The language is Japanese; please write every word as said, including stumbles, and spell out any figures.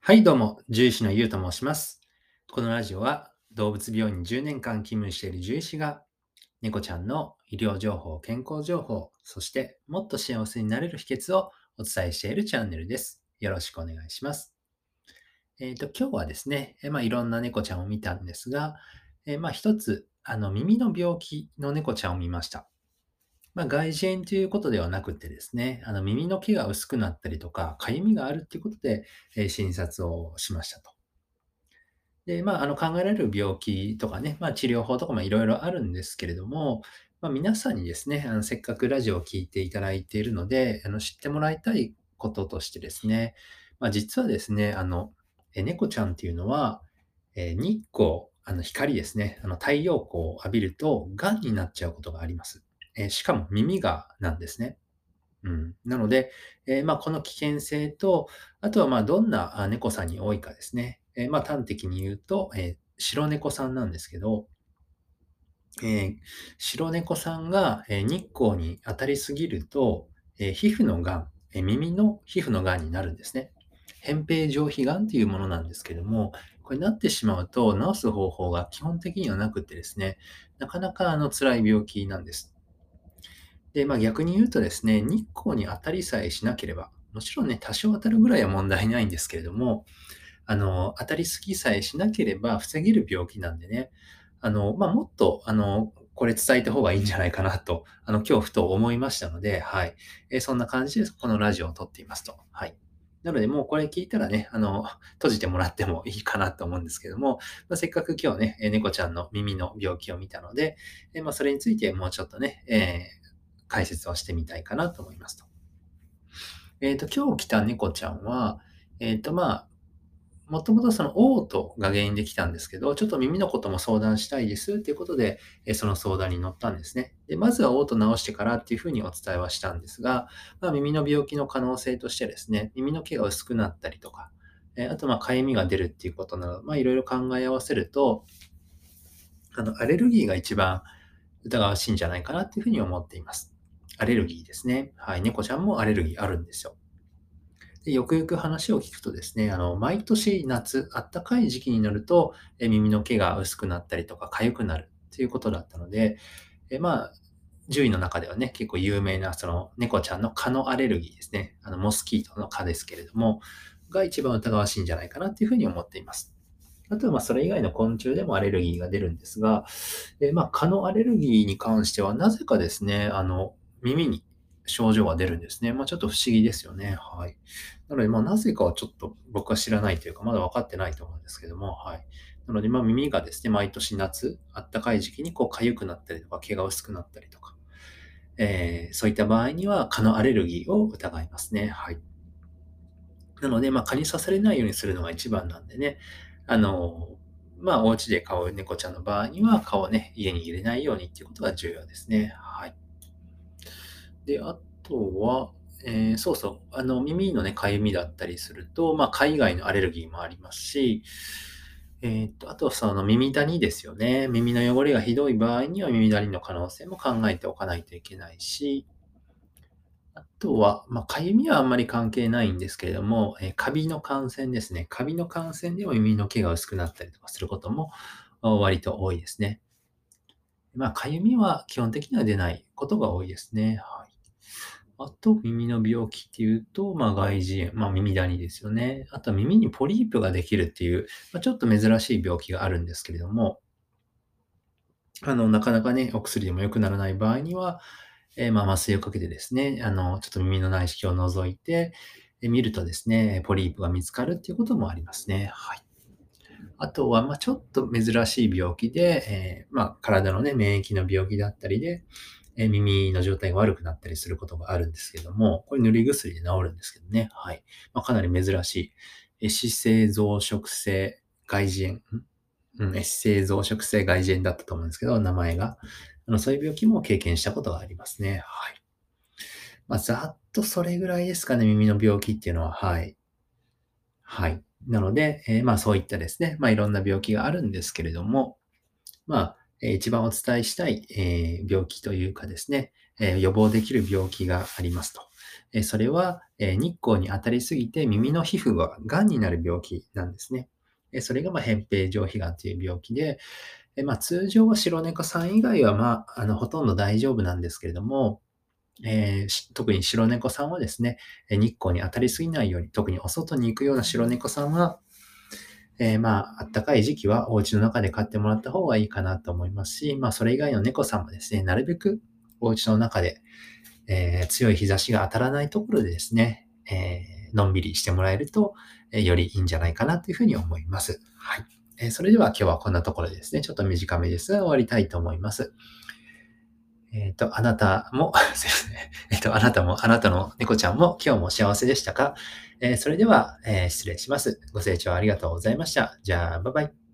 はい、どうも、獣医師のゆうと申します。このラジオは動物病院にじゅうねんかん勤務している獣医師が猫ちゃんの医療情報、健康情報、そしてもっと幸せになれる秘訣をお伝えしているチャンネルです。よろしくお願いします。えっと、今日はですね、えまあ、いろんな猫ちゃんを見たんですが、えまあ、一つ、あの、耳の病気の猫ちゃんを見ました。まあ、外耳炎ということではなくてですね、あの、耳の毛が薄くなったりとか、痒みがあるっていうことで、えー診察をしましたと。で、まあ、あの、考えられる病気とかね、まあ、治療法とかもいろいろあるんですけれども、まあ、皆さんにですね、あの、せっかくラジオを聞いていただいているので、あの、知ってもらいたいこととしてですね、まあ、実はですね、あの、え、猫ちゃんっていうのは、え、日光、あの、光ですね、あの、太陽光を浴びると癌になっちゃうことがあります。え、しかも耳がなんですね。うん。なので、えーまあ、この危険性と、あとは、まあ、どんな、あ、猫さんに多いかですね。えーまあ、端的に言うと、えー白猫さんなんですけど、えー白猫さんが、えー日光に当たりすぎると、えー皮膚の癌、えー耳の皮膚の癌になるんですね。扁平上皮癌っていうものなんですけども、これなってしまうと治す方法が基本的にはなくてですね、なかなかあの辛い病気なんです。で、まあ、逆に言うとですね、日光に当たりさえしなければ、もちろんね、多少当たるぐらいは問題ないんですけれども、あの、当たりすぎさえしなければ防げる病気なんでね、あの、まあ、もっと、あの、これ伝えた方がいいんじゃないかなと、あの、今日ふと思いましたので、はい。えーそんな感じでこのラジオを撮っていますと。はい。なので、もうこれ聞いたらね、あの、閉じてもらってもいいかなと思うんですけども、まあ、せっかく今日ね、えー猫ちゃんの耳の病気を見たので、えーまあ、それについてもうちょっとね、えー解説をしてみたいかなと思いますと。えっと、今日来た猫ちゃんは、えっと、まあ、もともとその嘔吐が原因で来たんですけど、ちょっと耳のことも相談したいですっていうことで、え、その相談に乗ったんですね。で、まずは嘔吐治してからっていうふうにお伝えはしたんですが、まあ、耳の病気の可能性としてですね、耳の毛が薄くなったりとか、え、あと、ま、痒みが出るっていうことなど、ま、いろいろ考え合わせると、あの、アレルギーが一番疑わしいんじゃないかなっていうふうに思っています。アレルギーですね。はい。猫ちゃんもアレルギーあるんですよ。で、よくよく話を聞くとですね、あの、毎年夏、あったかい時期になると、え、耳の毛が薄くなったりとか痒くなるっていうことだったので、え、まあ、獣医の中ではね、結構有名なその猫ちゃんの蚊のアレルギーですね。あの、モスキートの蚊ですけれども、が一番疑わしいんじゃないかなっていうふうに思っています。あとは、ま、それ以外の昆虫でもアレルギーが出るんですが、え、まあ、蚊のアレルギーに関しては、なぜかですね、あの、耳に症状が出るんですね。まあ、ちょっと不思議ですよね。はい。なので、まあ、なぜかはちょっと僕は知らないというか、まだ分かってないと思うんですけども、はい。なので、ま、耳がですね、毎年夏、あったかい時期にこう痒くなったりとか、毛が薄くなったりとか、えーそういった場合には蚊のアレルギーを疑いますね。はい。なので、まあ、蚊に刺されないようにするのが一番なんでね、あの、まあ、お家で飼う猫ちゃんの場合には、蚊をね、家に入れないようにっていうことが重要ですね。はい。で、あとは、えーそうそう、あの、耳のね、痒みだったりすると、まあ、蚊以外のアレルギーもありますし、えっと、あとはその耳ダニですよね。耳の汚れがひどい場合には耳ダニの可能性も考えておかないといけないし、あとは、まあ、かゆみはあんまり関係ないんですけれども、え、カビの感染ですね。カビの感染でも耳の毛が薄くなったりとかすることも、あ、割と多いですね。まあ、かゆみは基本的には出ないことが多いですね。はい。あと、耳の病気っていうと、まあ、外耳炎、まあ、耳ダニですよね。あとは耳にポリープができるっていう、まあ、ちょっと珍しい病気があるんですけれども、あの、なかなかね、お薬でも良くならない場合には、え、まあ、麻酔をかけてですね、あの、ちょっと耳の内視鏡を覗いて、え、見るとですね、ポリープが見つかるっていうこともありますね。はい。あとは、ま、ちょっと珍しい病気で、え、まあ、体のね、免疫の病気だったりで、え、耳の状態が悪くなったりすることがあるんですけども、これ塗り薬で治るんですけどね。はい。まあ、かなり珍しい、え、脂性増殖性外耳炎、ん？うん、エッセイ増殖性外耳炎だったと思うんですけど、名前が。あの、そういう病気も経験したことがありますね。はい。まあ、ざっとそれぐらいですかね、耳の病気っていうのは。はい。はい。なので、えーまあ、そういったですね、まあ、いろんな病気があるんですけれども、まあ、えー一番お伝えしたい、えー病気というかですね、えー予防できる病気がありますと。 えーそれは、えー日光に当たりすぎて耳の皮膚が癌になる病気なんですね。えーそれが、まあ、扁平上皮がんという病気で、えーまあ、通常は白猫さん以外は、まあ、あの、ほとんど大丈夫なんですけれども、えーし特に白猫さんはですね、えー日光に当たりすぎないように、特にお外に行くような白猫さんは、えーまあ、あったかい時期はお家の中で飼ってもらった方がいいかなと思いますし、まあ、それ以外の猫さんもですね、なるべくお家の中で、えー強い日差しが当たらないところでですね、えーのんびりしてもらえると、えーよりいいんじゃないかなというふうに思います。はい。えーそれでは今日はこんなところでですね、ちょっと短めですが終わりたいと思います。えっと、あなたも、すいません。えっと、あなたも、あなたの猫ちゃんも今日も幸せでしたか？えーそれでは、えー失礼します。ご清聴ありがとうございました。じゃあ、バイバイ。